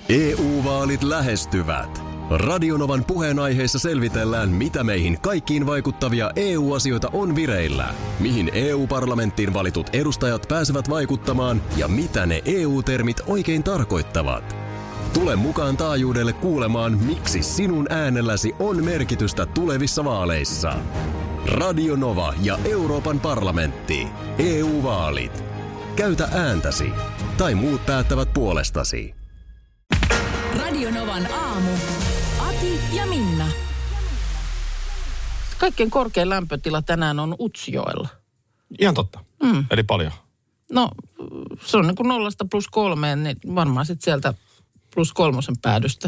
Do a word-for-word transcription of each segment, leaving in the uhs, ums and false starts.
E U-vaalit lähestyvät. Radionovan puheenaiheessa selvitellään, mitä meihin kaikkiin vaikuttavia E U-asioita on vireillä, mihin E U-parlamenttiin valitut edustajat pääsevät vaikuttamaan ja mitä ne E U-termit oikein tarkoittavat. Tule mukaan taajuudelle kuulemaan, miksi sinun äänelläsi on merkitystä tulevissa vaaleissa. Radio Nova ja Euroopan parlamentti. E U-vaalit. Käytä ääntäsi. Tai muut päättävät puolestasi. Radio Novan aamu. Ati ja Minna. Kaikkein korkein lämpötila tänään on Utsjoella. Ihan totta. Mm. Eli paljon. No, se on niin kuin nollasta plus kolmeen, niin varmaan sitten sieltä plus kolmosen päädystä.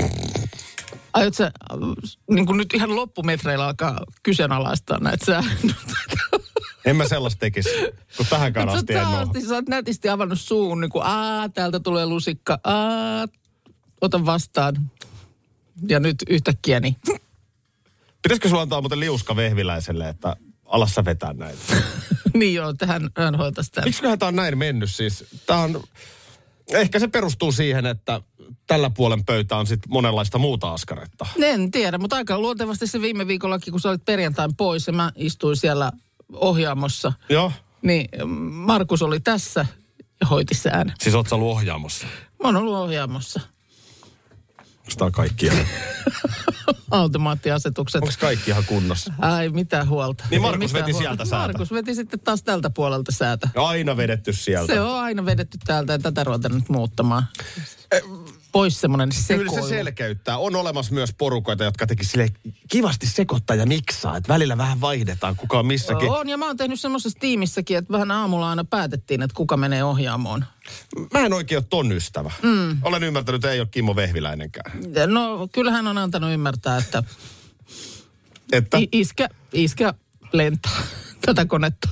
Aiot sä niin kuin nyt ihan loppumetreillä alkaa kyseenalaistaa näitä säännöitä? En mä sellaista tekisi, kun tähänkään asti en ole. Sä oot nätisti avannut suun, niin kuin aah, täältä tulee lusikka, aah, ota vastaan. Ja nyt yhtäkkiä niin. Pitäisikö sulla antaa muuten liuska Vehviläiselle, että alas sä vetää näitä? Niin joo, tähän hän hoitaisi tämän. Miksiköhän tää on näin mennyt siis? Tää on, ehkä se perustuu siihen, että tällä puolen pöytä on sitten monenlaista muuta askaretta. En tiedä, mutta aika luontevasti se viime viikollakin, kun sä olit perjantain pois ja mä istuin siellä ohjaamossa. Joo. Niin Markus oli tässä ja hoiti sään. Siis oot sä ollut ohjaamossa? Mä oon ollut ohjaamossa. Onko tää kaikki ihan? Automaattiasetukset. Onko kaikki ihan kunnossa? Ai, mitään huolta. Niin Markus mitään veti huolta. sieltä säätä. Markus veti sitten taas tältä puolelta säätä. Aina vedetty sieltä. Se on aina vedetty täältä ja tätä ruvetaan nyt muuttamaan. Pois semmoinen sekoilu. Kyllä se selkeyttää. On olemassa myös porukoita, jotka teki sille kivasti sekoittaa ja miksaa. Että välillä vähän vaihdetaan, kuka on missäkin. On, ja mä oon tehnyt semmoisessa tiimissäkin, että vähän aamulla aina päätettiin, että kuka menee ohjaamoon. Mä en oikein ole ton ystävä. Mm. Olen ymmärtänyt, että ei ole Kimmo Vehviläinenkään. No, kyllähän on antanut ymmärtää, että, että? iskä, iskä lentää tätä konetta.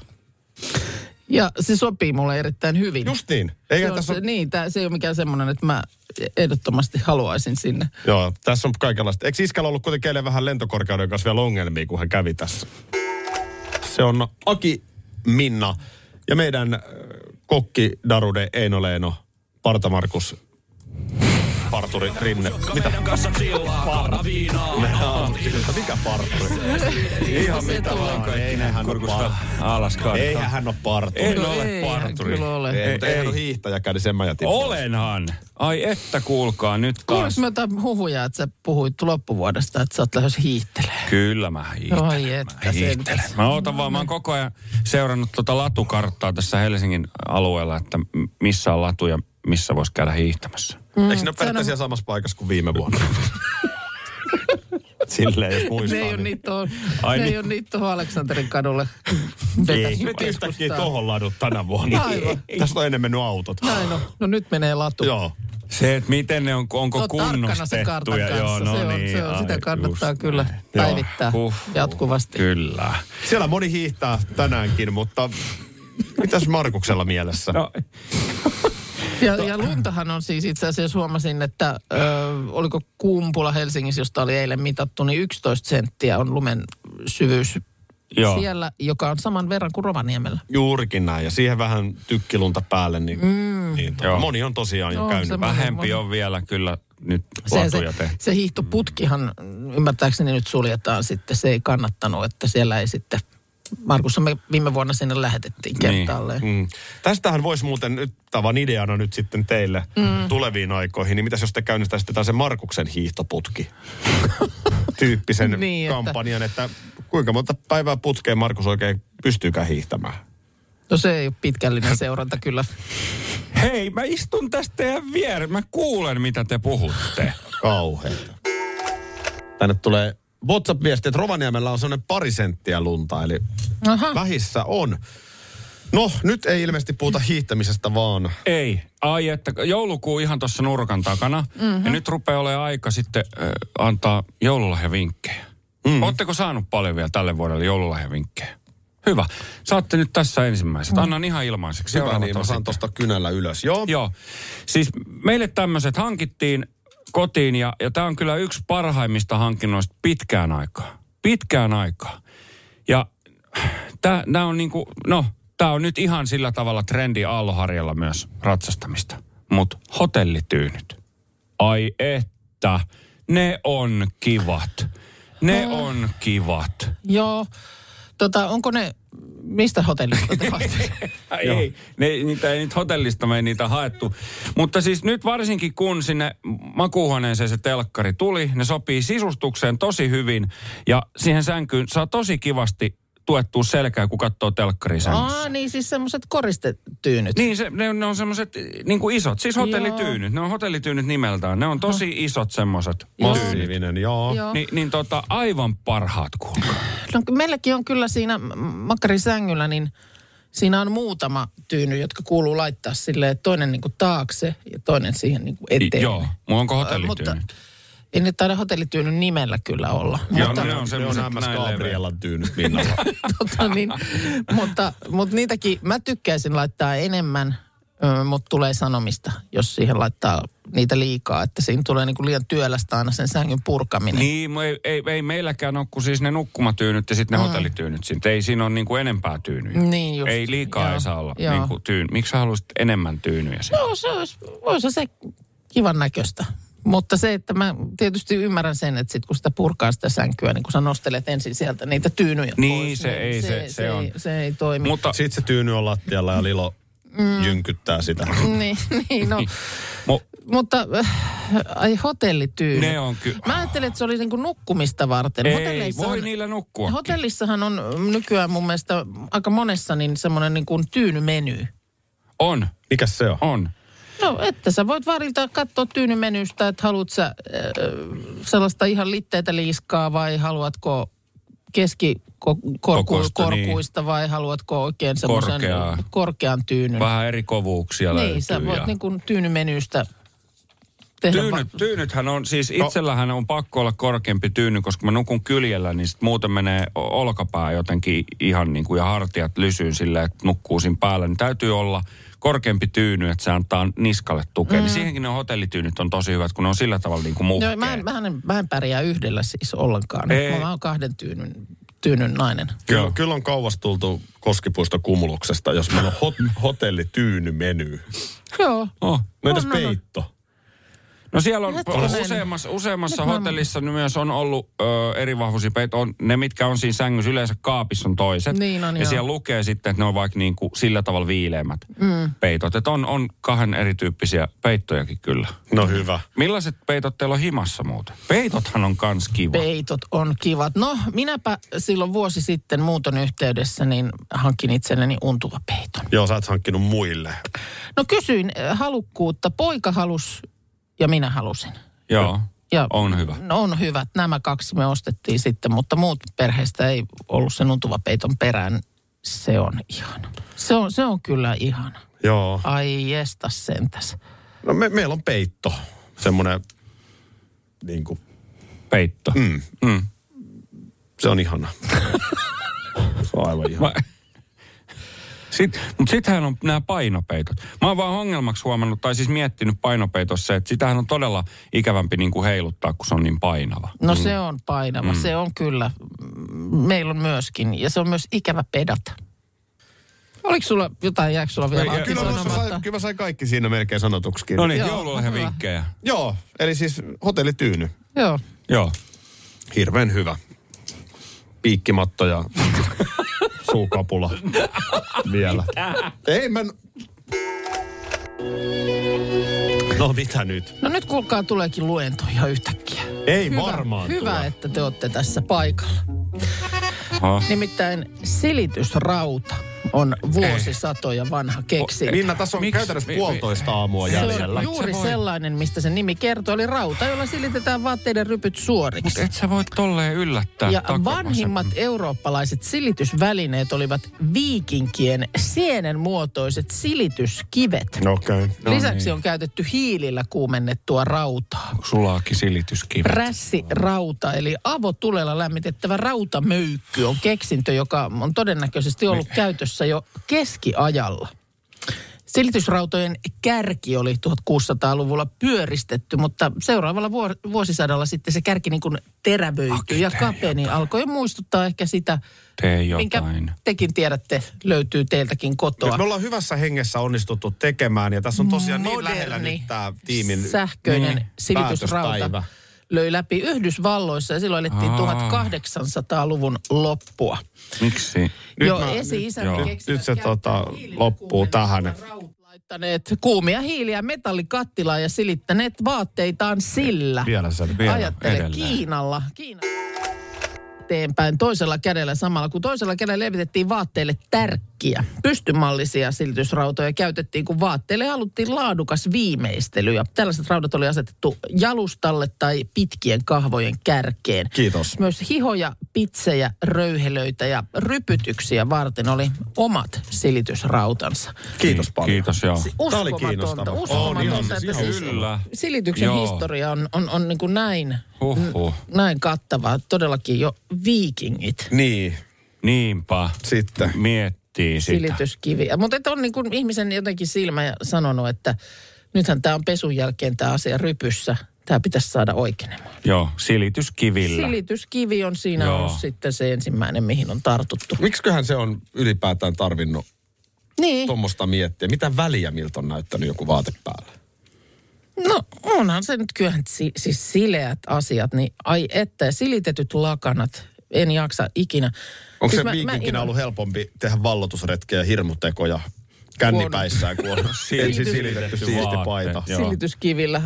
Ja se sopii mulle erittäin hyvin. Just niin. Eikä se, tässä se, on... Niin, tää, se ei ole mikään semmoinen, että mä ehdottomasti haluaisin sinne. Joo, tässä on kaikenlaista. Eikö iskällä ollut kuitenkin eilen vähän lentokorkeuden kanssa vielä ongelmia, kun hän kävi tässä? Se on Aki, Minna ja meidän kokki Darude, Eino Leeno, Parta Markus, parturi Rinne. Mitä? Parturi. Mikä parturi? Ihan mitä vaan. Eihän hän ole parturi. Eihän hän ole parturi. En ole parturi. Kyllä ole. Ei, mutta eihän ole hiihtäjäkään, niin sen mä jätin. Olenhan. Ai että kuulkaa nyt taas. Kuulis mä jotain huhuja, että sä puhuit loppuvuodesta, että sä oot lähes hiihtelemään. Kyllä mä hiihtelen. Oi että mä hiihtelen. Mä ootan vaan, mä oon koko ajan seurannut tuota latukarttaa tässä Helsingin alueella, että missä on latu ja missä voisi käydä hiihtämässä. Mm, Eikö ne ole periaatteessa samassa paikassa kuin viime vuonna? Silleen, jos muistaa. Ne ei ole niin. niitä tuohon, Ai ne niin. ei ole niitä tuohon Aleksanterin kadulle. Ei, nyt yhtäkkiä tohon ladut tänä vuonna. Aivan. Tästä on ennen mennyt autot. Näin no, no nyt menee latu. Joo. Se, että miten ne on, onko Oot tarkkana se kartan kunnostettuja. kanssa. Joo, no se on, niin, se on, sitä ai, kannattaa just kyllä näin. päivittää Joo. Huh, jatkuvasti. Kyllä. Siellä moni hiihtää tänäänkin, mutta mitäs Markuksella mielessä? No. Ja, ja luntahan on siis itse asiassa huomasin, että ö, oliko Kumpula Helsingissä, josta oli eilen mitattu, niin yksitoista senttiä on lumen syvyys Joo. siellä, joka on saman verran kuin Rovaniemellä. Juurikin näin. Ja siihen vähän tykkilunta päälle, niin, mm. niin tota, Joo. moni on tosiaan jo Joo, käynyt. se- Vähempi on vielä kyllä nyt Se, latuja se, tehty. se hiihtoputkihan ymmärtääkseni nyt suljetaan sitten. Se ei kannattanut, että siellä ei sitten... Markus, me viime vuonna sinne lähetettiin kertaalleen. Mm. Tästähän voisi muuten nyt tavan ideana nyt sitten teille mm. tuleviin aikoihin, niin mitäs jos te käynnistäisitte sen Markuksen hiihtoputki tyyppisen Niin, että- kampanjan, että kuinka monta päivää putkeen Markus oikein pystyykään hiihtämään? No se ei ole pitkällinen seuranta kyllä. Hei, mä istun tästä teidän vieressä. Mä kuulen, mitä te puhutte. Kauheeta. Tänne tulee WhatsApp-viesti, että Rovaniemellä on sellainen pari senttiä lunta, eli Aha. vähissä on. No, nyt ei ilmeisesti puhuta hiihtämisestä vaan. Ei. Ai, että joulukuu ihan tuossa nurkan takana. Mm-hmm. Ja nyt rupeaa olemaan aika sitten äh, antaa joululahjavinkkejä. Mm. Ootteko saanut paljon vielä tälle vuodelle joululahjavinkkejä? Hyvä. Saatte nyt tässä ensimmäiset. Annan ihan ilmaiseksi. Hyvä, Seuraavat niin mä on saan sitten. tuosta kynällä ylös. Joo. Joo. Siis meille tämmöiset hankittiin kotiin ja, ja tämä on kyllä yksi parhaimmista hankinnoista pitkään aikaa. Pitkään aikaa. Ja tämä on niinku, no, tämä on nyt ihan sillä tavalla trendi aalloharjalla myös ratsastamista. Mutta hotellityynyt. Ai että, ne on kivat. Ne on kivat. Joo. Tota, onko ne, mistä hotellista te haette? Ei, ne, niitä ei niitä hotellista me ei niitä haettu. Mutta siis nyt varsinkin kun sinne makuuhuoneeseen se telkkari tuli, ne sopii sisustukseen tosi hyvin. Ja siihen sänkyyn saa tosi kivasti tuettua selkää, kun katsoo telkkaria sängyssä. Aa, niin siis semmoiset koristetyynyt. Niin, se, ne, ne on semmoiset niin kuin isot, siis hotellityynyt. Ne on hotellityynyt nimeltään. Ne on tosi oh. isot semmoiset. Massiivinen, joo. joo. Ni, niin tota, aivan parhaat kuulkaa. No meilläkin on kyllä siinä makkarisängyllä, niin siinä on muutama tyyny, jotka kuuluu laittaa silleen, että toinen niin kuin taakse ja toinen siihen niin kuin eteen. Joo, mulla onko hotellityynyt? Mutta ei nyt taida hotellityynyn nimellä kyllä olla. Joo, mutta, ne on semmoiset M S Gabrielan tyynyt Minnalla. tota niin, mutta, mutta niitäkin mä tykkäisin laittaa enemmän, mutta tulee sanomista, jos siihen laittaa niitä liikaa. Että siinä tulee niinku liian työlästä aina sen sängyn purkaminen. Niin, ei, ei, ei meilläkään ole kuin siis ne nukkumatyynyt ja sitten ne mm. hotellityynyt. Siitä. Ei siinä ole niinku enempää tyynyjä. Niin just. Ei liikaa joo, ei saa olla joo. niinku tyyny. Miksi sä haluaisit enemmän tyynyjä siinä? Joo, se olisi, olisi se kivan näköistä. Mutta se, että mä tietysti ymmärrän sen, että sit kun sitä purkaa sitä sänkyä, niin kun sä nostelet ensin sieltä niitä tyynyjä niin, pois. Se niin ei, se, se, se on. Ei, se ei toimi. Mutta sitten se tyyny on lattialla ja Lilo mm. jynkyttää sitä. niin, niin, no. Mo- Mutta äh, ai hotellityyny. Ne on kyllä. Mä ajattelin, että se oli niinku nukkumista varten. Ei, voi niillä nukkua. Hotellissahan on nykyään mun mielestä aika monessa niin semmoinen niin kuin tyynymeny. On. Mikäs se on? On. No, että sä voit varilta katsoa tyynymenystä, että haluat sä äh, sellaista ihan litteitä liiskaa vai haluatko keskikorkuista niin. Vai haluatko oikein semmoisen Korkea. korkean tyynyn. Vähän eri kovuuksia niin, löytyy. Niin, sä voit ja... niin kuin tyynymenystä tehdä. Tyynyt, va- tyynythän on, siis itsellähän on pakko olla korkeampi tyyny, koska mä nukun kyljellä, niin sit muuten menee olkapää jotenkin ihan niin kuin ja hartiat lysyyn silleen, että nukkuu siinä päällä. Niin täytyy olla korkeampi tyyny, että se antaa niskalle tukea. Mm. Niin siihenkin ne hotellityynyt on tosi hyvät, kun ne on sillä tavalla niin kuin muhkeet. No, mä, en, mä, en, mä en pärjää yhdellä siis ollenkaan. Ei. Mä oon kahden tyynyn, tyynyn nainen. Kyllä, kyllä on kauas tultu Koskipuisto-kumuluksesta, jos meillä on hot, hotellityynymeny. Joo. Oh. No entäs No, no, no. peitto? No siellä on Hetkinen. useammassa, useammassa Nyt hotellissa mä... myös on ollut ö, eri vahvuisia peittoja. On, ne, mitkä on siinä sängyssä, yleensä kaapissa on toiset. Niin on, ja joo. siellä lukee sitten, että ne on vaikka niin kuin sillä tavalla viileämmät mm. peitot. Että on, on kahden erityyppisiä peittojakin kyllä. No hyvä. Millaiset peitot teillä on himassa muuten? Peitothan on kans kiva. Peitot on kivat. No, minäpä silloin vuosi sitten muuton yhteydessä, niin hankin itselleni untuva peiton. Joo, sä oot hankkinut muille. No kysyin äh, halukkuutta. Poika halus ja minä halusin. Joo, Ja on hyvä. No, on hyvät. Nämä kaksi me ostettiin sitten, mutta muut perheestä ei ollut sen untuva peiton perään. Se on ihana. Se on, se on kyllä ihana. Joo. Ai jestas sentäs. No me, meillä on peitto. Semmoinen niin kuin, Peitto. mm, Mm. se on ihana. Se on aivan ihana. Mä... Sitten, mutta sittenhän on nämä painopeitot. Mä oon vaan ongelmaksi huomannut, tai siis miettinyt painopeitossa, että sitähän on todella ikävämpi niin kuin heiluttaa, kun se on niin painava. No mm. se on painava, mm. se on kyllä. Meillä on myöskin, ja se on myös ikävä pedata. Oliko sulla jotain, jääkö sulla vielä Ei, Kyllä mä, sain, kyllä mä sain kaikki siinä melkein sanotuksikin. No niin, Joo, joululahja hyvä. vinkkejä. Joo, eli siis hotellityyny. Joo. Joo. Hirveän hyvä. Piikkimatto ja suukapula vielä. Ei mä... No mitä nyt? No nyt kuulkaa tuleekin luento ihan yhtäkkiä. Ei Hyvä, varmaan hyvä tule. että te olette tässä paikalla. Ha. Nimittäin silitysrauta on vuosisatoja vanha keksintö. Minna, tässä on Miks- käytännössä mi- puolitoista aamua Se jäljellä. on juuri Se voi- sellainen, mistä sen nimi kertoo, oli rauta, jolla silitetään vaatteiden rypyt suoriksi. Mutta et sä voi tolleen yllättää. Ja takavasen. vanhimmat eurooppalaiset silitysvälineet olivat viikinkien sienen muotoiset silityskivet. Okei. Okay. No Lisäksi niin. on käytetty hiilillä kuumennettua rautaa. Sulaakin silityskivet. Prässirauta, eli avotulella lämmitettävä rautamöykky on keksintö, joka on todennäköisesti ollut käytössä jo keskiajalla. Silitysrautojen kärki oli tuhatkuusisataaluvulla pyöristetty, mutta seuraavalla vuosisadalla sitten se kärki niin kuin terävöityi ja kapeni. Alkoi muistuttaa ehkä sitä, minkä tekin tiedätte, löytyy teiltäkin kotoa. Nyt me ollaan hyvässä hengessä onnistuttu tekemään ja tässä on tosiaan moderni, niin lähellä nyt tämä tiimin sähköinen niin, silitysrauta löi läpi Yhdysvalloissa ja silloin elettiin tuhatkahdeksansataaluvun loppua. Miksi? Joo, esi-isät keksivät. Nyt se tota, loppuu tähän. Laittaneet kuumia hiiliä metallikattilaan ja silittäneet vaatteitaan sillä. Vielä se, vielä Ajattele, edelleen. Kiinalla. Kiina. Eteenpäin toisella kädellä samalla, kun toisella kädellä levitettiin vaatteille tärkkiä. Pystymallisia silitysrautoja käytettiin, kun vaatteille haluttiin laadukas viimeistely. Ja tällaiset raudat oli asetettu jalustalle tai pitkien kahvojen kärkeen. Kiitos. Myös hihoja, pitsejä, röyhelöitä ja rypytyksiä varten oli omat silitysrautansa. Kiitos paljon. Kiitos, joo. Tämä oli kiinnostavaa. Uskomatonta, että siis silityksen joo. historia on, on, on niin kuin näin, Huhhuh. näin kattavaa. Todellakin jo viikingit. Niin. Niinpä. Sitten. Miettii sitä. Silityskiviä. Mutta on niin kuin ihmisen jotenkin silmä sanonut, että nythän tämä on pesun jälkeen tämä asia rypyssä. Tämä pitäisi saada oikenemaan. Joo, silityskivillä. Silityskivi on siinä joo. ollut sitten se ensimmäinen, mihin on tartuttu. Miksiköhän se on ylipäätään tarvinnut niin. tuommoista miettiä? Mitä väliä miltä on näyttänyt joku vaate päällä? No onhan se nyt kyllähän si- siis sileät asiat, niin ai että silitetyt lakanat, en jaksa ikinä. Onko siis se viikinkinä mä ollut helpompi tehdä vallotusretkeä ja hirmutekoja kännipäissään, kun on ensin silitetty siisti paita? Silityskivillä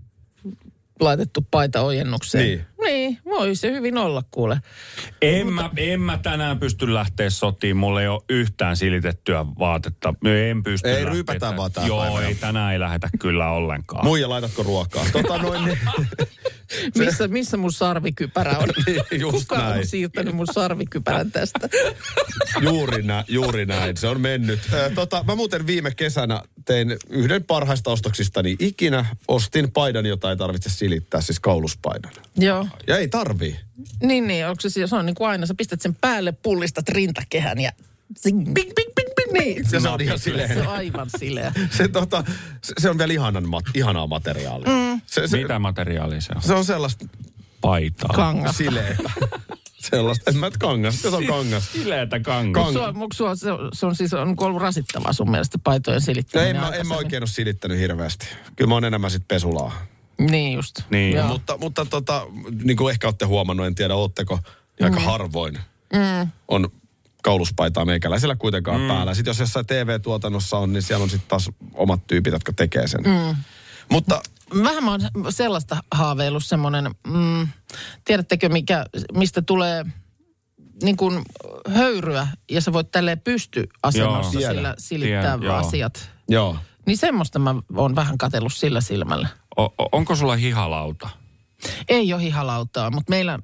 laitettu paita ojennukseen. Niin. Niin, voi se hyvin olla kuule. En, Mutta... mä, en mä tänään pysty lähteä sotiin. Mulla ei ole yhtään silitettyä vaatetta. En pysty Ei ryypätä vaan tää Joo, päivänä. ei tänään ei lähetä kyllä ollenkaan. Muija, laitatko ruokaa? Tota noin niin. Se... missä, missä mun sarvikypärä on? Niin, just Kuka näin. on siirtänyt mun sarvikypärän tästä? Juuri, nä, juuri näin, se on mennyt. Äh, tota, mä muuten viime kesänä tein yhden parhaista ostoksistani ikinä. Ostin paidan, jota ei tarvitse silittää, siis kauluspaidan. Joo. Ja ei tarvii. Niin, niin. Onko se, se on niin kuin aina, sä pistät sen päälle, pullistat rintakehän ja zing, bing, bing, bing, bing, niin. Ja se on ihan sileä. Se on aivan sileä. Se, tota, se, se on vielä ihanan, ihanaa materiaalia. Mm. Se, se, Mitä materiaalia se on? Se on sellaista Paitaa. Kangasta. sileetä. Sellaista, en mä et kangas, se on kangas. Sileätä kangas. Kang... Sua, sua, se, on, se on siis on ollut rasittavaa sun mielestä paitojen silittäminen. No en, mä, en mä oikein ole silittänyt hirveästi. Kyllä mä oon enemmän sit pesulaa. Niin just. Niin. Joo. Mutta, mutta tota, niin kuin ehkä olette huomannut, en tiedä, ootteko, mm. aika harvoin mm. on kauluspaitaa meikäläisellä kuitenkaan mm. päällä. Sitten jos jossain T V-tuotannossa on, niin siellä on sitten taas omat tyypit, jotka tekee sen. Mm. Mutta... Vähän mä oon sellaista haaveillut semmoinen, mm, tiedättekö mikä, mistä tulee niin kuin höyryä ja sä voit tälleen pystyasennossa Joo, sillä silittää Tien, asiat. Joo. Niin semmoista mä oon vähän katsellut sillä silmällä. O- onko sulla hihalauta? Ei ole hihalautaa, mutta meillä,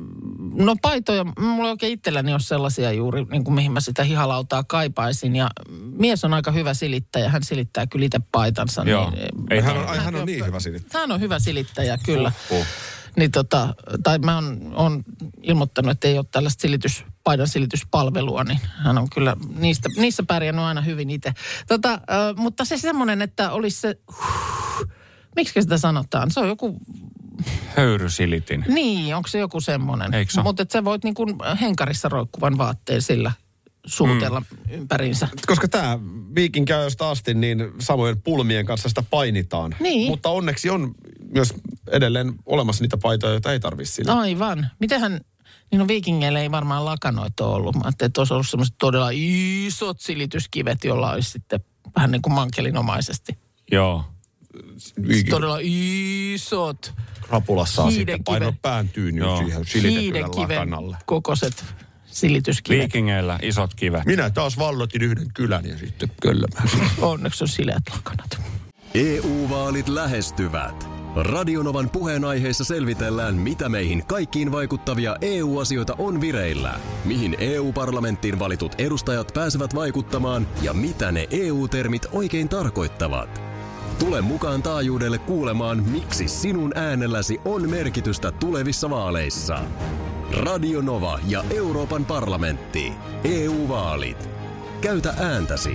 no paitoja, mulla ei oikein itselläni ole sellaisia juuri, niin kuin mihin mä sitä hihalautaa kaipaisin. Ja mies on aika hyvä silittäjä, hän silittää kyllä itse paitansa. Joo. Niin, Ei hän, on, hän on niin hyvä silittäjä. Hän on hyvä silittäjä, kyllä. Uh, uh. Niin tota, tai mä oon, oon ilmoittanut, että ei ole tällaista silitys, paidan silityspalvelua, niin hän on kyllä niistä, niissä pärjännyt aina hyvin itse. Tota, äh, mutta se semmoinen, että olisi se, huh, miksi sitä sanotaan, se on joku... Höyrysilitin. Niin, onko se joku semmoinen? Eikö se? Mutta sä voit niin kuin henkarissa roikkuvan vaatteen sillä suutella mm. ympäriinsä. Koska tämä viikinkäyöstä asti, niin samojen pulmien kanssa sitä painitaan. Niin. Mutta onneksi on myös edelleen olemassa niitä paitoja, joita ei tarvitse sillä. Aivan. Mitenhän, niin no viikingeillä ei varmaan lakanoita ollut. Mä ajattelin, että olisi ollut semmoiset todella isot silityskivet, jolla olisi sitten vähän niin kuin mankelinomaisesti. Joo. Viikin. Todella isot. Rapulassa on sitten hiidenkiven- paino pääntyy nyt Joo. siihen silitetylle hiidenkiven lakanalle. kokoiset silityskivet. Viikingeillä isot kivet. Minä taas vallotin yhden kylän ja sitten köllämään. Onneksi on sileät lakanat. E U-vaalit lähestyvät. Radionovan puheenaiheessa selvitellään, mitä meihin kaikkiin vaikuttavia E U-asioita on vireillä, mihin E U-parlamenttiin valitut edustajat pääsevät vaikuttamaan ja mitä ne E U-termit oikein tarkoittavat. Tule mukaan taajuudelle kuulemaan, miksi sinun äänelläsi on merkitystä tulevissa vaaleissa. Radio Nova ja Euroopan parlamentti. E U-vaalit. Käytä ääntäsi.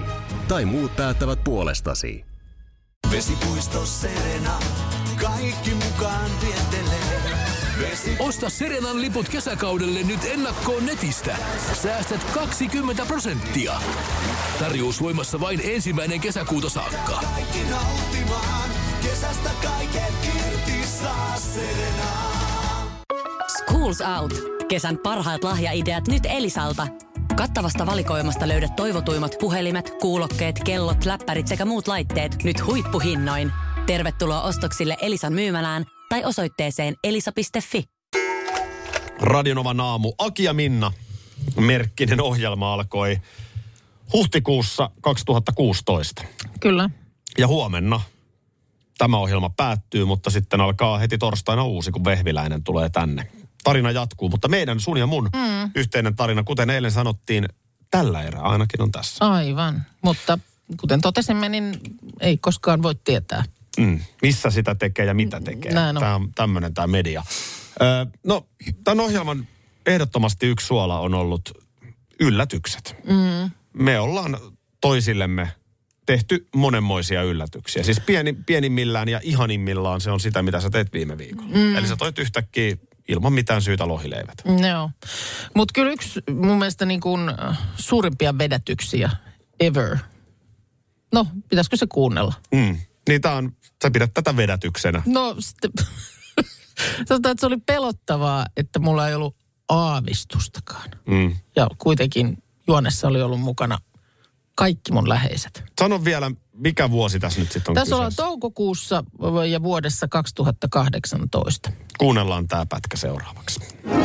tai muut päättävät puolestasi. Vesipuisto Serena, kaikki mukaan viettelee. Vesi... Osta Serenan liput kesäkaudelle nyt ennakkoon netistä. Säästät kaksikymmentä prosenttia. Tarjous voimassa vain ensimmäinen kesäkuuta saakka. Kaikki nauttimaan, kesästä kaiken irti saa Serena. Schools Out. Kesän parhaat lahjaideat nyt Elisalta. Kattavasta valikoimasta löydät toivotuimmat puhelimet, kuulokkeet, kellot, läppärit sekä muut laitteet nyt huippuhinnoin. Tervetuloa ostoksille Elisan myymälään tai osoitteeseen elisa piste fi. Radionovan aamu. Aki ja Minna -merkkinen ohjelma alkoi huhtikuussa kaksituhattakuusitoista. Kyllä. Ja huomenna tämä ohjelma päättyy, mutta sitten alkaa heti torstaina uusi, kun Vehviläinen tulee tänne. Tarina jatkuu, mutta meidän, sun ja mun mm. yhteinen tarina, kuten eilen sanottiin, tällä erää ainakin on tässä. Aivan, mutta kuten totesimme, niin ei koskaan voi tietää. Mm. Missä sitä tekee ja mitä tekee. Näin on. Tämä on tämmöinen tämä media. Öö, no, tämän ohjelman ehdottomasti yksi suola on ollut yllätykset. Mm. Me ollaan toisillemme tehty monenmoisia yllätyksiä. Siis pieni, pienimmillään ja ihanimmillaan se on sitä, mitä sä teet viime viikolla. Mm. Eli sä toit yhtäkkiä ilman mitään syytä lohileivät. Joo. Mutta kyllä yksi mun mielestä niin kuin suurimpia vedätyksiä ever. No, pitäisikö se kuunnella? Mm. Niin tää on, sä pidät tätä vedätyksenä. No, sitten, sanotaan, että se oli pelottavaa, että mulla ei ollut aavistustakaan. Mm. Ja kuitenkin juonessa oli ollut mukana kaikki mun läheiset. Sano vielä, mikä vuosi tässä nyt sitten on tässä kyseessä? ollaan toukokuussa ja vuodessa kaksituhattakahdeksantoista. Kuunnellaan tää pätkä seuraavaksi.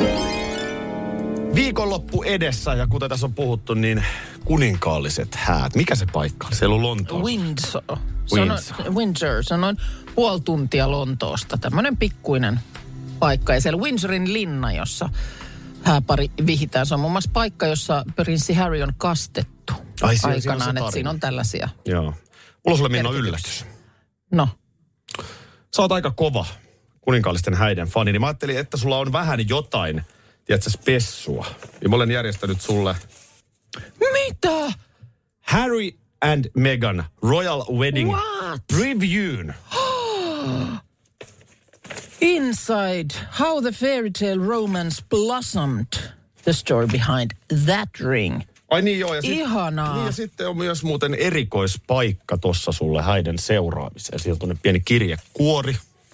Viikonloppu edessä, ja kuten tässä on puhuttu, niin kuninkaalliset häät. Mikä se paikka oli? Siellä on Lontoossa. Windsor. Windsor. Se on, Windsor. Se on noin puoli tuntia Lontoosta. Tämmöinen pikkuinen paikka. Ja siellä Windsorin linna, jossa hääpari vihitään. Se on muun muassa paikka, jossa prinssi Harry on kastettu. Ai, siinä, aikanaan, siinä että siinä on tällaisia. Joo. Mulla on sulle, Minna, yllätys. No. Sä oot aika kova kuninkaallisten häiden fani, niin mä ajattelin, että sulla on vähän jotain, tiedätkö, spessua. Ja mä olen järjestänyt sulle... Mitä? Harry and Meghan Royal Wedding What? Review'n. Inside How the Fairy Tale Romance Blossomed. The story behind that ring. Ai niin joo. Ja sit, ihanaa. Niin ja sitten on myös muuten erikoispaikka tossa sulle häiden seuraamiseen. Sieltä on pieni kirjekuori.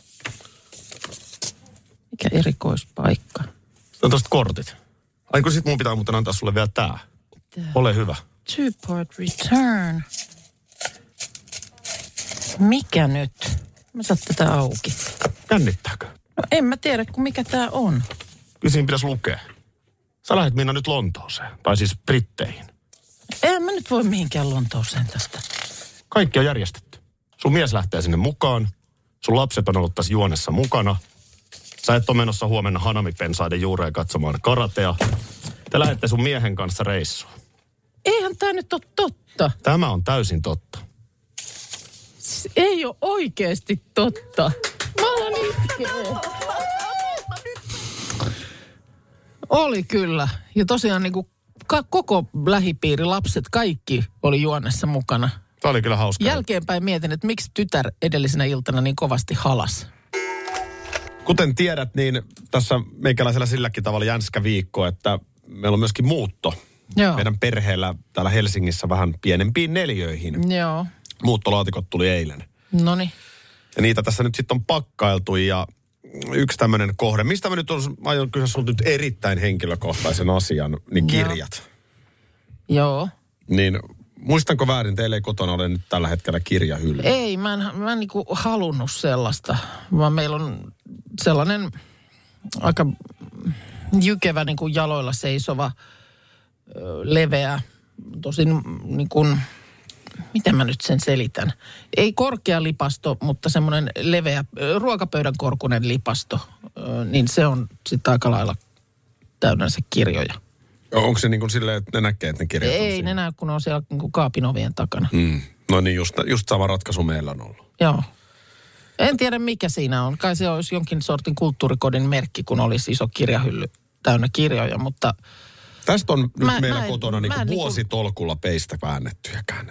Mikä erikoispaikka? Se on tosta kortit. Ai kun sit mun pitää muuten antaa sulle vielä tää. Tää. Ole hyvä. Two-part return. Mikä nyt? Mä saan tätä auki. Jännittääkö? No en mä tiedä, kun mikä tää on. Kyllä siinä pitäisi lukea. Sä lähdet, Minna, nyt Lontooseen. Tai siis Britteihin. En mä nyt voi mihinkään Lontooseen tästä. Kaikki on järjestetty. Sun mies lähtee sinne mukaan. Sun lapset on ollut tässä juonessa mukana. Sä et ole menossa huomenna Hanami-pensaiden juureen katsomaan karatea. Te lähdette sun miehen kanssa reissuun. Eihän tää nyt ole totta. Tämä on täysin totta. Siis ei ole oikeasti totta. Mä olen itkeä. Oli kyllä. Ja tosiaan niin kuin ka- koko lähipiiri, lapset, kaikki oli juonessa mukana. Tämä oli kyllä hauskaa. Jälkeenpäin mietin, että miksi tytär edellisenä iltana niin kovasti halas. Kuten tiedät, niin tässä meikäläisellä silläkin tavalla jänskä viikko, että meillä on myöskin muutto. Joo. Meidän perheellä täällä Helsingissä vähän pienempiin neliöihin. Joo. Muuttolaatikot tuli eilen. Noniin. Ja niitä tässä nyt sitten on pakkailtu ja yksi tämmöinen kohde. Mistä mä nyt on, mä aion kysyä sulta nyt erittäin henkilökohtaisen asian, niin kirjat. Joo. Niin muistanko väärin, teillä ei kotona ole nyt tällä hetkellä kirjahylly? Ei, mä en, mä en niinku halunnut sellaista, vaan meillä on sellainen aika jykevä niinku jaloilla seisova, leveä, tosin niin kuin, miten mä nyt sen selitän? Ei korkea lipasto, mutta semmoinen leveä, ruokapöydän korkunen lipasto, niin se on sitten aika lailla täynnä se kirjoja. Onko se niin kuin silleen, että ne näkee, että ne kirjat on Ei siinä? ne näy, kun on siellä niin kuin kaapin ovien takana. Hmm. No niin, just, just sama ratkaisu meillä on ollut. Joo. En tiedä, mikä siinä on. Kai se olisi jonkin sortin kulttuurikodin merkki, kun olisi iso kirjahylly täynnä kirjoja, mutta... Tästä on nyt mä, meillä mä en, kotona niin kuin mä vuositolkulla peistä väännetty ja käännetty.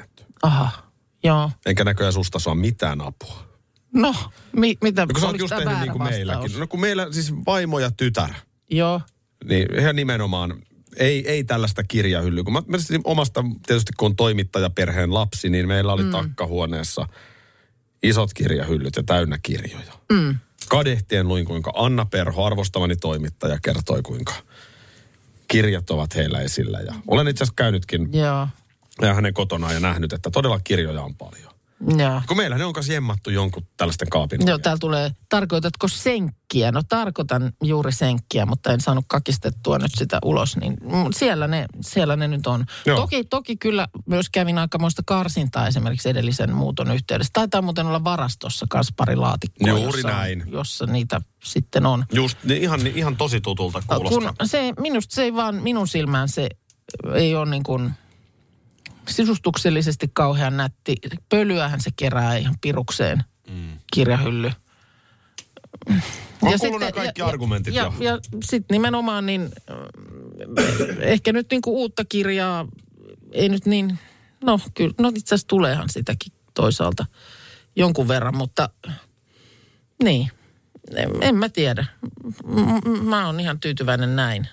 Aha, joo. Enkä näköjään susta saa mitään apua. No, mi- mitä? No, kun sä oot oliko just tää tehnyt väärä niin kuin vastaus? meilläkin. No kun meillä siis vaimo ja tytär, Joo. niin ihan nimenomaan ei, ei tällaista kirjahyllyä. Kun mä, mä omasta, tietysti kun on toimittajaperheen lapsi, niin meillä oli mm. takkahuoneessa isot kirjahyllyt ja täynnä kirjoja. Mm. Kadehtien luin, kuinka Anna Perho, arvostamani toimittaja, kertoi, kuinka kirjat ovat heillä esillä. Ja olen itse asiassa käynytkin Joo. ja hänen kotonaan ja nähnyt, että todella kirjoja on paljon. Joo. Kun meillä ne on kanssa jemmattu jonkun tällaisten kaapin. Joo, täällä tulee, tarkoitatko senkkiä? No tarkoitan juuri senkkiä, mutta en saanut kakistettua nyt sitä ulos, niin siellä ne, siellä ne nyt on. Toki, toki kyllä myös kävin aikamoista karsintaa esimerkiksi edellisen muuton yhteydessä. Taitaa muuten olla varastossa kanssa pari laatikkoa, Juuri jossa, näin. jossa niitä sitten on. Just, niin ihan, niin ihan tosi tutulta kuulostaa. Kun se, minusta se ei vaan, minun silmään se ei ole niin kuin sisustuksellisesti kauhean nätti. Pölyähän se kerää ihan pirukseen mm. kirjahylly. On ja kuullut nämä kaikki ja, argumentit ja, jo. Ja, ja sitten nimenomaan niin, ehkä nyt niin kuin uutta kirjaa ei nyt niin, no kyllä, no itse asiassa tuleehan sitäkin toisaalta jonkun verran, mutta niin, en, en mä tiedä. M- mä oon ihan tyytyväinen näin.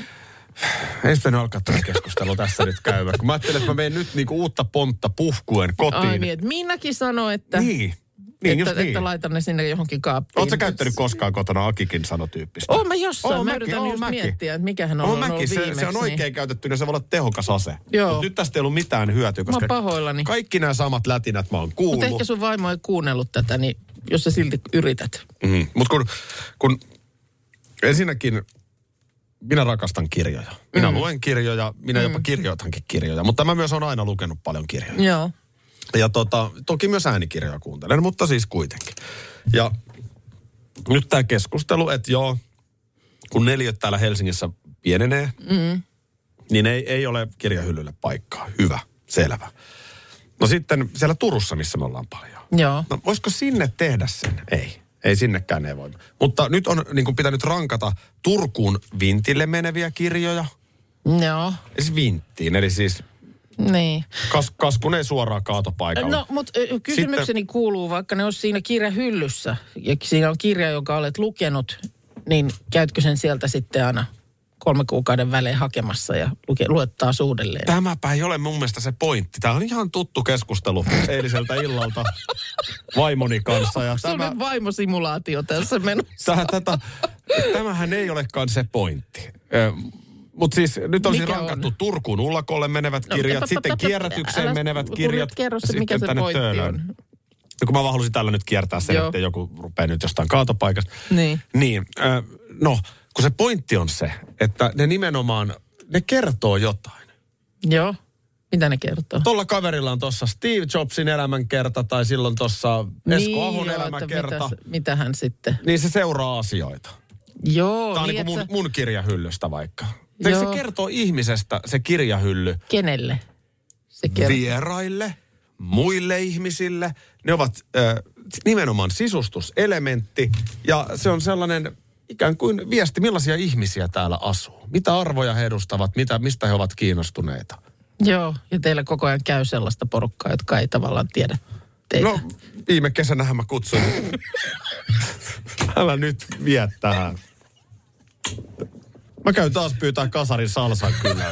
Ei sitten alkaa tätä keskustelua tässä nyt käydä. Kun mä ajattelin, että mä menen nyt niinku uutta pontta puhkuen kotiin. Ai niin, että Minnakin sanoi, että, Niin, niin että, just niin. että laitan ne sinne johonkin kaappiin. Ootko sä käyttänyt koskaan kotona Akikin sanotyyppistä? Oon mä jossain. Oon mä mäkin, yritän oon just mäkin. miettiä, että mikähän on Oon ollut mäkin. Se, viimeksi. se on oikein niin. käytetty, niin se voi olla tehokas ase. Joo. Mut nyt tästä ei ollut mitään hyötyä, koska Mä oon pahoillani. kaikki nämä samat lätinät mä oon kuullut. Mutta ehkä sun vaimo ei kuunnellut tätä, niin jos sä silti yrität. Mm-hmm. Mutta kun, kun ensinnäkin minä rakastan kirjoja. Minä mm. luen kirjoja, minä mm. jopa kirjoitankin kirjoja, mutta mä myös olen aina lukenut paljon kirjoja. Joo. Ja tota, toki myös äänikirjoja kuuntelen, mutta siis kuitenkin. Ja nyt tämä keskustelu, että joo, kun neliöt täällä Helsingissä pienenee, mm. niin ei, ei ole kirjahyllylle paikkaa. Hyvä, selvä. No sitten siellä Turussa, missä me ollaan paljon. Joo. No voisiko sinne tehdä sen? Ei. Ei sinnekään ei voi. Mutta nyt on niin kuin pitänyt rankata Turkuun Vintille meneviä kirjoja. Joo. Siis Vinttiin, eli siis niin. kas, kaskun ei suoraan kaatopaikalla. No, mutta kysymykseni Sitten kuuluu, vaikka ne on siinä kirjahyllyssä ja siinä on kirja, jonka olet lukenut, niin käytkö sen sieltä sitten aina kolme kuukauden välein hakemassa ja luke, luettaa uudelleen? Tämäpä ei ole mun mielestä se pointti. Tämä on ihan tuttu keskustelu eiliseltä illalta vaimoni kanssa. Ja tämä on vaimosimulaatio tässä menossa. Tähän, tätä, tämähän ei olekaan se pointti. Mutta siis nyt olisi Mikä rankattu on? Turkuun Ullakolle menevät kirjat, no, sitten kierrätykseen älä, menevät kirjat. Kerro se, mikä se pointti Töölön. on. Ja kun mä vaan halusin tällä nyt kiertää sen, että joku rupeaa nyt jostain kaatopaikasta. Niin. Niin, äh, no, kun se pointti on se, että ne nimenomaan, ne kertoo jotain. Joo. Mitä ne kertoo? Tuolla kaverilla on tuossa Steve Jobsin elämänkerta tai silloin tuossa Esko niin, Ahon joo, elämänkerta. Mitäs, mitä hän sitten? Niin se seuraa asioita. Joo. Tämä on niin niin kuin mun, sä... mun kirjahyllystä vaikka. Eikö se kertoo ihmisestä, se kirjahylly? Kenelle se kertoo? Vieraille, muille ihmisille. Ne ovat äh, nimenomaan sisustuselementti ja se on sellainen ikään kuin viesti, millaisia ihmisiä täällä asuu. Mitä arvoja he edustavat, mitä, mistä he ovat kiinnostuneita. Joo, ja teillä koko ajan käy sellaista porukkaa, jotka ei tavallaan tiedä teitä. No, viime kesänähän mä kutsuin. Älä nyt vie tähän. Mä käyn taas pyytää kasarin salsan kyllä.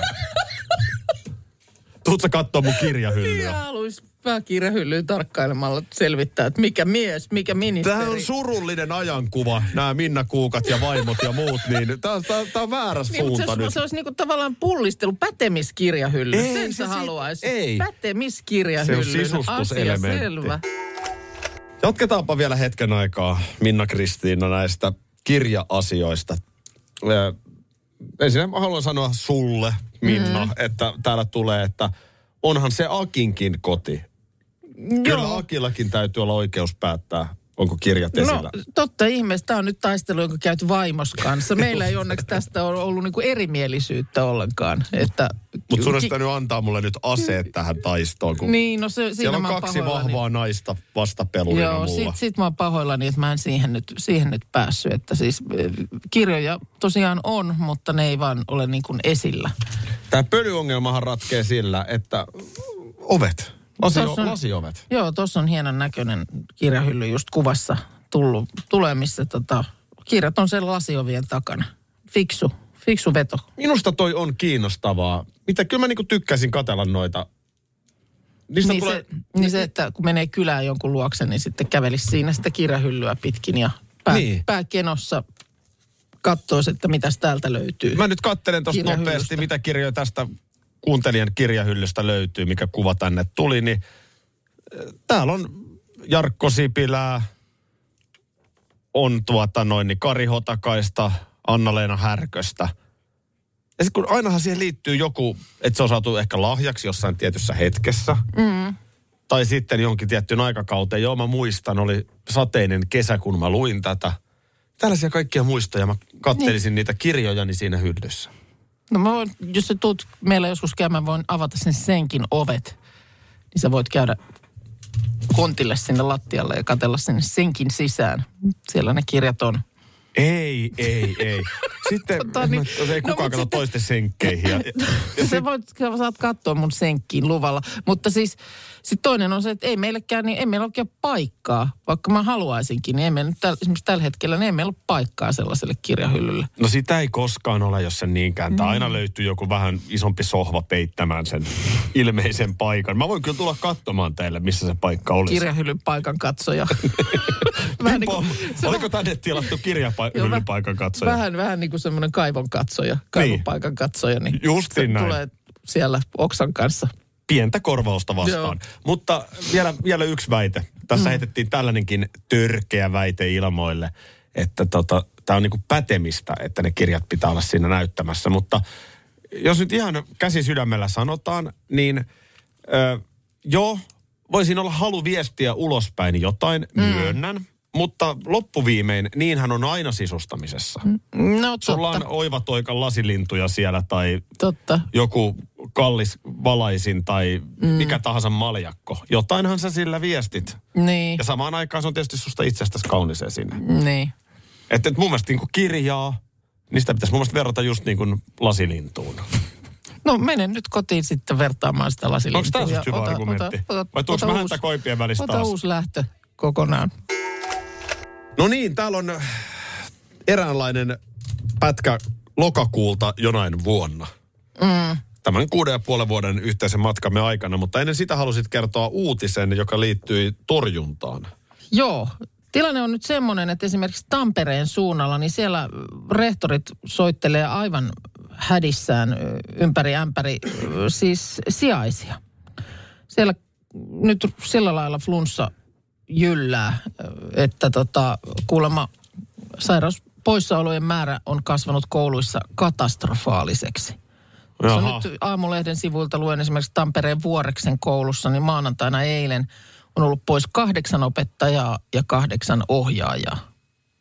Tuutko kattoo mun kirjahyllyä? Niin, haluais vähän kirjahyllyä tarkkailemalla selvittää, että mikä mies, mikä ministeri. Tämä on surullinen ajankuva, nämä Minna Kuukat ja vaimot ja muut, niin tämä on, on väärä niin, suunta se, nyt. Se olisi niinku tavallaan pullistelu, pätemiskirjahylly. Ei, Sen se sä si- haluaisit. ei. Pätemiskirjahylly. Se on sisustuselementti. Asia selvä. Jatketaanpa vielä hetken aikaa, Minna-Kristiina, näistä kirja-asioista. Ensin mä haluan sanoa sulle, Minna, mm. että täällä tulee, että onhan se Akinkin koti. Joo. Kyllä Akillakin täytyy olla oikeus päättää, onko kirjat esillä. No totta ihmeessä, tämä on nyt taistelu, jonka käyt vaimos kanssa. Meillä ei onneksi tästä ole ollut niinku erimielisyyttä ollenkaan. Mutta sun olisi pitänyt antaa mulle nyt aseet tähän taistoon. Kun niin, no se, siinä siellä on mä kaksi pahoillani. vahvaa naista vastapelurina Joo, mulla. sit, sit mä oon pahoillani, että mä en siihen nyt, siihen nyt päässyt. Että siis kirjoja tosiaan on, mutta ne ei vaan ole niin kuin esillä. Tämä pölyongelmahan ratkee sillä, että ovet Lasi, Tossa on- lasiovet. Joo, tuossa on hienon näköinen kirjahylly just kuvassa tullut, tulee, missä tota, kirjat on sen lasiovien takana. Fiksu, fiksu veto. Minusta toi on kiinnostavaa. Mitä kyllä mä niinku tykkäisin katsella noita. Niistä Niin, tulee... se, niin se, että kun menee kylään jonkun luokse, niin sitten kävelisi siinä sitä kirjahyllyä pitkin ja pää, Niin. pää kenossa katsoisi, että mitäs täältä löytyy. Mä nyt katselen tuosta Kirjahyllystä. nopeasti, mitä kirjoja tästä kuuntelijan kirjahyllystä löytyy, mikä kuva tänne tuli, niin äh, täällä on Jarkko Sipilää, on tuota noin, niin Kari Hotakaista, Anna-Leena Härköstä. Ja sitten kun ainahan siihen liittyy joku, että se on saatu ehkä lahjaksi jossain tietyssä hetkessä. Mm. Tai sitten jonkin tiettyyn aikakauteen. Joo, mä muistan, oli sateinen kesä, kun mä luin tätä. Tällaisia kaikkia muistoja. Mä kattelisin niin. niitä kirjojani siinä hyllyssä. No mä voin, jos sä tuut meillä joskus käymään, voin avata sen senkin ovet. Niin sä voit käydä kontille sinne lattialle ja katsella sinne senkin sisään. Siellä ne kirjat on. Ei, ei, ei. Sitten Tota niin, mä, ei no, kukaan mut kato sitten- toisten senkkeihin. Ja, ja, ja Sä sit, voit, sä saat katsoa mun senkkiin luvalla. Mutta siis sit toinen on se, että ei meillekään, niin ei meillä oikein paikkaa. Vaikka mä haluaisinkin, niin ei meillä nyt täl, esimerkiksi tällä hetkellä, niin ei meillä ole paikkaa sellaiselle kirjahyllylle. no sitä ei koskaan ole, jos se niinkään. Mm. Aina löytyy joku vähän isompi sohva peittämään sen ilmeisen paikan. Mä voin kyllä tulla katsomaan teille, missä se paikka olisi. Kirjahyllyn paikan katsoja. Pimpo, se on- oliko tänne tilattu Joo, kirjahyllyn vä- paikan katsoja? Vähän, vähän niin kuin semmoinen kaivon katsoja, kaivon Niin. paikan katsoja. Niin Justiin se näin. tulee siellä oksan kanssa. Pientä korvausta vastaan. Joo. Mutta vielä, vielä yksi väite. Tässä Mm. heitettiin tällainenkin törkeä väite ilmoille, että tota, tämä on niinku pätemistä, että ne kirjat pitää olla siinä näyttämässä. Mutta jos nyt ihan käsi sydämellä sanotaan, niin ö, joo, voisin olla halu viestiä ulospäin jotain, mm. myönnän. Mutta loppuviimein, niinhän on aina sisustamisessa. No Sulla totta, on oivatoika lasilintuja siellä tai totta. joku kallis valaisin tai mm. mikä tahansa maljakko. Jotainhan sä sillä viestit. Niin, Ja samaan aikaan se on tietysti susta itsestäsi kaunis esine. niin. Että et mun mielestä niin kirjaa, niin sitä pitäisi mun mielestä verrata just niin kuin lasilintuun. No menen nyt kotiin sitten vertaamaan sitä lasilintua. Onko tämä susta hyvä Ota- argumentti? ota- ota- Vai tuoks ota mä uusi- häntä koipien välistä Ota taas? uusi lähtö kokonaan. No niin, täällä on eräänlainen pätkä lokakuulta jonain vuonna. Mm. Tämän kuuden ja puolen vuoden yhteisen matkamme aikana, mutta ennen sitä halusit kertoa uutisen, joka liittyi torjuntaan. Joo. Tilanne on nyt semmoinen, että esimerkiksi Tampereen suunnalla, niin siellä rehtorit soittelee aivan hädissään ö, ympäri ämpäri ö, siis sijaisia. Siellä nyt sillä lailla flunssa jyllää, ö, että tota, kuulemma sairauspoissaolojen määrä on kasvanut kouluissa katastrofaaliseksi. Se on Jaha. nyt Aamulehden sivuilta luen esimerkiksi Tampereen Vuoreksen koulussa, niin maanantaina eilen on ollut pois kahdeksan opettajaa ja kahdeksan ohjaajaa.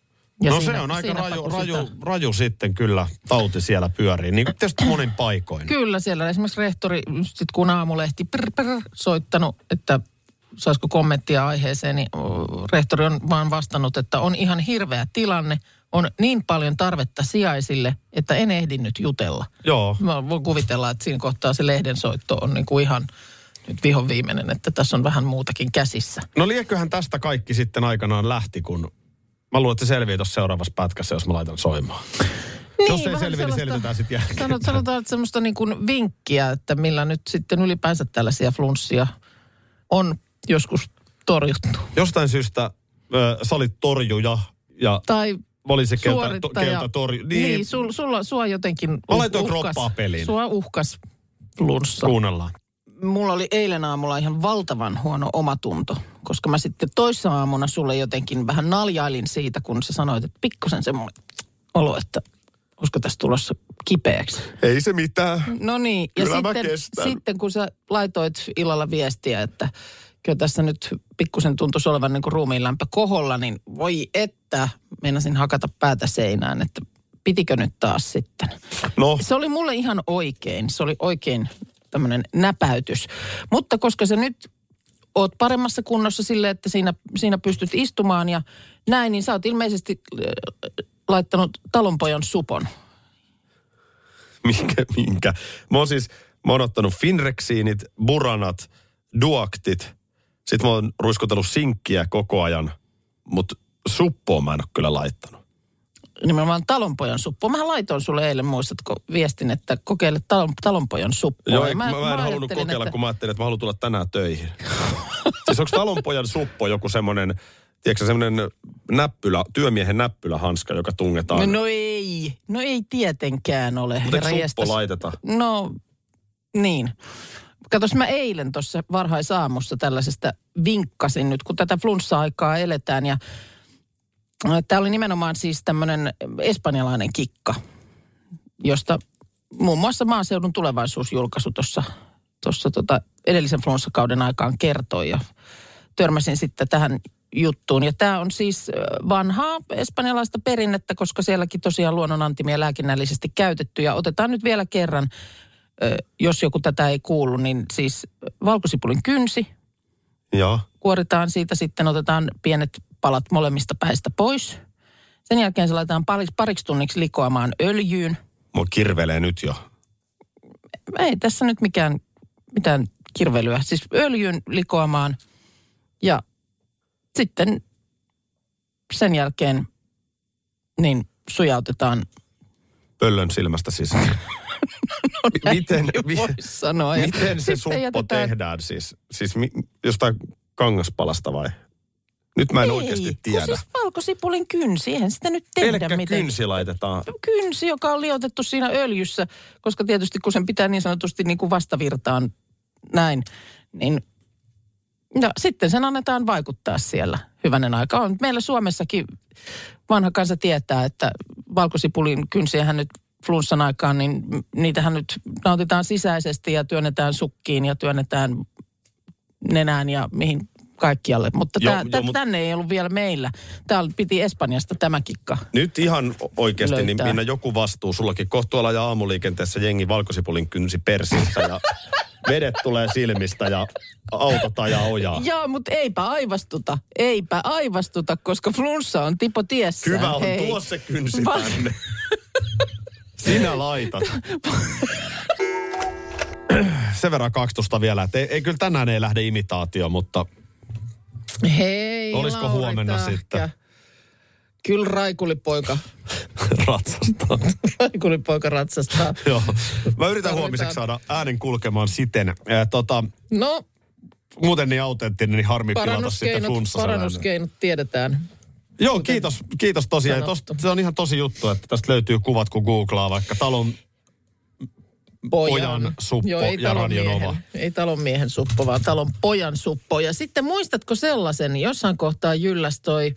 Ja no siinä- se on aika siinäpä raju, kun raju, sitä- raju sitten kyllä tauti siellä pyörii, niin kuin tietysti monin paikoin. Kyllä, siellä esimerkiksi rehtori, sit kun Aamulehti prr, prr, soittanut, että saisiko kommenttia aiheeseen, niin o, rehtori on vaan vastannut, että on ihan hirveä tilanne, on niin paljon tarvetta sijaisille, että en ehdi nyt jutella. Joo. Mä voin kuvitella, että siinä kohtaa se lehden soitto on niin kuin ihan nyt vihon viimeinen, että tässä on vähän muutakin käsissä. No lieköhän tästä kaikki sitten aikanaan lähti, kun mä luulen, että se selviää tuossa seuraavassa pätkässä, jos mä laitan soimaan. Jos ei vähän selviä, niin sellaista- selvitään sitten jälkeen. Sanot, sanotaan, että semmoista niin kuin vinkkiä, että millä nyt sitten ylipäänsä tällaisia flunssia on joskus torjuttu. Jostain syystä ö, sä olit torjuja ja Tai mä olin se, keltä, to, suorittaja. keltä torju. Niin, Niin, niin sul, sulla, sua jotenkin Mä laitoin kroppaa peliin. Sua uhkas flunssa. kuunnellaan. Mulla oli eilen aamulla ihan valtavan huono omatunto, koska mä sitten toissa aamuna sulle jotenkin vähän naljailin siitä, kun sä sanoit, että pikkusen semmoinen olo, että olisiko tässä tulossa kipeäksi. Ei se mitään. No niin, ja Kyllä mä sitten, kestän. sitten kun sä laitoit illalla viestiä, että kyllä tässä nyt pikkusen tuntuisi olevan niin kuin ruumiinlämpö koholla, niin voi että, meinasin hakata päätä seinään, että pitikö nyt taas sitten. No, Se oli mulle ihan oikein, se oli oikein tämmöinen näpäytys. Mutta koska sä nyt oot paremmassa kunnossa sille, että siinä, siinä pystyt istumaan ja näin, niin sä oot ilmeisesti äh, laittanut talonpojan supon. minkä, minkä. Mä oon siis, mä oon ottanut Finrexiinit, Buranat duaktit. Sitten mä oon ruiskutellut sinkkiä koko ajan, mutta suppoa mä en ole kyllä laittanut. Nimenomaan talonpojan suppua. Mähän laitoin sulle eilen, muistatko, viestin, että kokeile talon, talonpojan suppua. Joo, mä, mä, mä en halunnut kokeilla, että... kun mä ajattelin, että mä haluan tulla tänään töihin. Siis onko talonpojan suppo joku semmoinen, tiedätkö semmoinen näppylä, työmiehen näppylähanska, joka tungetaan? No, no ei, no ei tietenkään ole. Mutta eikö suppo laiteta? No, niin. Katos, mä eilen tuossa varhaisaamussa tällaisesta vinkkasin nyt, kun tätä flunssa-aikaa eletään. Ja tämä oli nimenomaan siis tämmöinen espanjalainen kikka, josta muun muassa Maaseudun tulevaisuusjulkaisu tuossa tuossa tota edellisen flunssakauden aikaan kertoi. Ja törmäsin sitten tähän juttuun. Ja tämä on siis vanhaa espanjalaista perinnettä, koska sielläkin tosiaan luonnonantimia lääkinnällisesti käytetty. Ja otetaan nyt vielä kerran, jos joku tätä ei kuulu, niin siis valkosipulin kynsi. Joo. Kuoritaan siitä, sitten otetaan pienet palat molemmista päistä pois. Sen jälkeen se laitetaan pariksi tunniksi likoamaan öljyyn. Mua kirvelee nyt jo. Ei tässä nyt mikään, mitään kirvelyä. Siis öljyyn likoamaan ja sitten sen jälkeen niin sujautetaan. Pöllön silmästä sisään. No miten mi- sanoa. miten se suppo jätetään... tehdään siis? Siis mi- jostain kangaspalasta vai? Nyt mä en ei, oikeasti tiedä. Siis valkosipulin kynsi, eihän sitä nyt tehdä pelkkä miten. kynsi laitetaan. Kynsi, joka on liotettu siinä öljyssä, koska tietysti kun sen pitää niin sanotusti niin kuin vastavirtaan näin, niin no, sitten sen annetaan vaikuttaa siellä hyvänen aika. On meillä Suomessakin vanha kansa tietää, että valkosipulin kynsiähän nyt flunssan aikaan, niin niitähän nyt nautitaan sisäisesti ja työnnetään sukkiin ja työnnetään nenään ja mihin kaikkialle. Mutta jo, tää, jo, tää, mut... tänne ei ollut vielä meillä. Täällä piti Espanjasta tämä kikka. Nyt ihan oikeasti, löytää. Niin Minna, joku vastuu. Sullakin kohtualla ja aamuliikenteessä jengi valkosipulin kynsi persissä ja vedet tulee silmistä ja autot ajaa ojaa. Joo, mutta eipä aivastuta. Eipä aivastuta, koska flunssa on tipo tiessään. Hyvä on, hei. Tuo se kynsi Va- tänne. Sinä laitat. Sen verran kakstusta vielä, että ei, ei kyllä tänään ei lähde imitaatio, mutta hei, olisiko Lauri huomenna Tahka. sitten? Kyllä raikulipoika. Ratsastaa. Raikulipoika ratsastaa. Joo. Mä yritän huomiseksi saada äänen kulkemaan siten. Ja, tota, no. Muuten niin autenttinen, niin harmi pilata sitten flunssassa. Parannuskeinot tiedetään. Joo, kiitos, kiitos tosiaan. Tosta, se on ihan tosi juttu, että tästä löytyy kuvat, kun googlaa vaikka talon pojan, pojan suppo Joo, ja Radio Nova. Ei talon miehen suppo, vaan talon pojan suppo. Ja sitten muistatko sellaisen, jossain kohtaa jylläs toi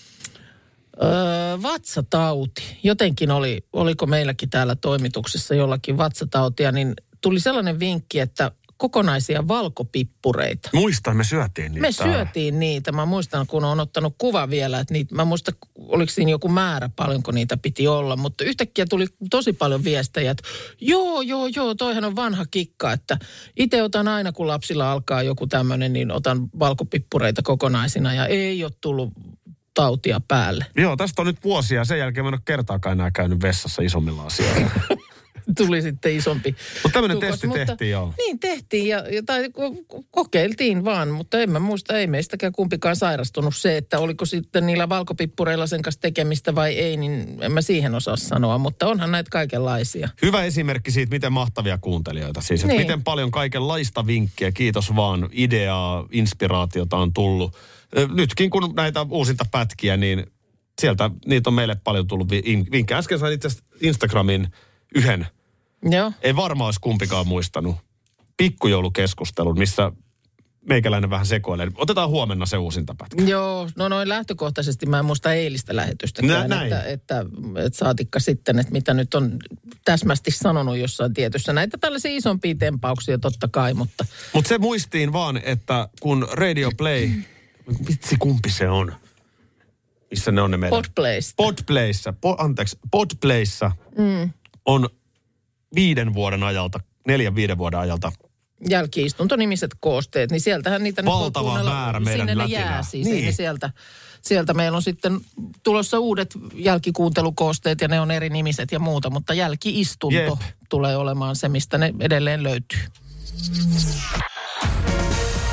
öö, vatsatauti. Jotenkin oli, oliko meilläkin täällä toimituksessa jollakin vatsatautia, niin tuli sellainen vinkki, että kokonaisia valkopippureita. Muistan, me syötiin niitä. Me syötiin niitä. Mä muistan, kun on ottanut kuva vielä, että niitä, mä muistan, oliko siinä joku määrä, paljonko niitä piti olla. Mutta yhtäkkiä tuli tosi paljon viestejä, että joo, joo, joo, toihan on vanha kikka, että itse otan aina, kun lapsilla alkaa joku tämmöinen, niin otan valkopippureita kokonaisina ja ei ole tullut tautia päälle. Joo, tästä on nyt vuosia. Sen jälkeen mä en ole kertaakaan enää käynyt vessassa isommilla asioilla. Tuli sitten isompi. Mutta tämmöinen testi mutta, tehtiin, joo. Niin, tehtiin ja, ja tai kokeiltiin vaan, mutta en mä muista, ei meistäkään kumpikaan sairastunut se, että oliko sitten niillä valkopippureilla sen kanssa tekemistä vai ei, niin en mä siihen osaa sanoa, mutta onhan näitä kaikenlaisia. Hyvä esimerkki siitä, miten mahtavia kuuntelijoita siis, että niin. Miten paljon kaikenlaista vinkkiä, kiitos vaan, ideaa, inspiraatiota on tullut. Nytkin kun näitä uusinta pätkiä, niin sieltä niitä on meille paljon tullut vinkkejä. Äsken sain itse asiassa Instagramin yhden. Joo. Ei varmaan olisi kumpikaan muistanut. Pikkujoulukeskustelun, missä meikäläinen vähän sekoilee. Otetaan huomenna se uusinta pätkä. Joo, no noin lähtökohtaisesti mä en muista eilistä lähetystäkään, Nä, että, että, että saatikka sitten, että mitä nyt on täsmästi sanonut jossain tietyssä. Näitä tällaisia isompia tempauksia totta kai, mutta... Mutta se muistiin vaan, että kun Radio Play, vitsi kumpi se on? Missä ne on ne meidän? Podplaysta. Podplayssa, po, anteeksi, Podplayssa mm. on viiden vuoden ajalta, neljän viiden vuoden ajalta jälki-istuntonimiset koosteet, niin sieltähän niitä valtava nyt voi määrä meidän sinne lätinää. Jää siis. Niin. Ei sieltä, sieltä meillä on sitten tulossa uudet jälkikuuntelukoosteet ja ne on eri nimiset ja muuta, mutta jälki-istunto Jep. tulee olemaan se, mistä ne edelleen löytyy.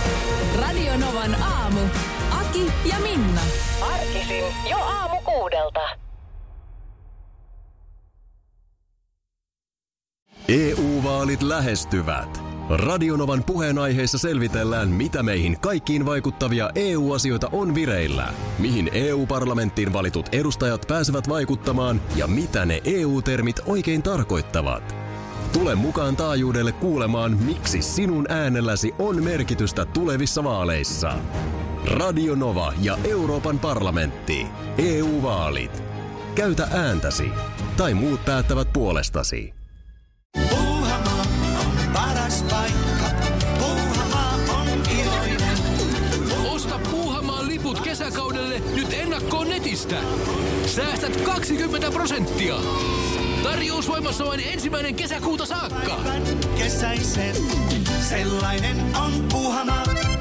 E U-vaalit lähestyvät. Radionovan puheenaiheessa selvitellään, mitä meihin kaikkiin vaikuttavia E U-asioita on vireillä, mihin E U-parlamenttiin valitut edustajat pääsevät vaikuttamaan ja mitä ne E U-termit oikein tarkoittavat. Tule mukaan taajuudelle kuulemaan, miksi sinun äänelläsi on merkitystä tulevissa vaaleissa. Radio Nova ja Euroopan parlamentti. E U-vaalit. Käytä ääntäsi. Tai muut päättävät puolestasi. Puuhamaa on paras paikka. Puuhamaa on iloinen. Osta Puuhamaan liput kesäkaudelle nyt ennakkoon netistä. Säästät kaksikymmentä prosenttia. Tarjous voimassa vain ensimmäinen kesäkuuta saakka. Kesäisen, sellainen on Puuhamaa.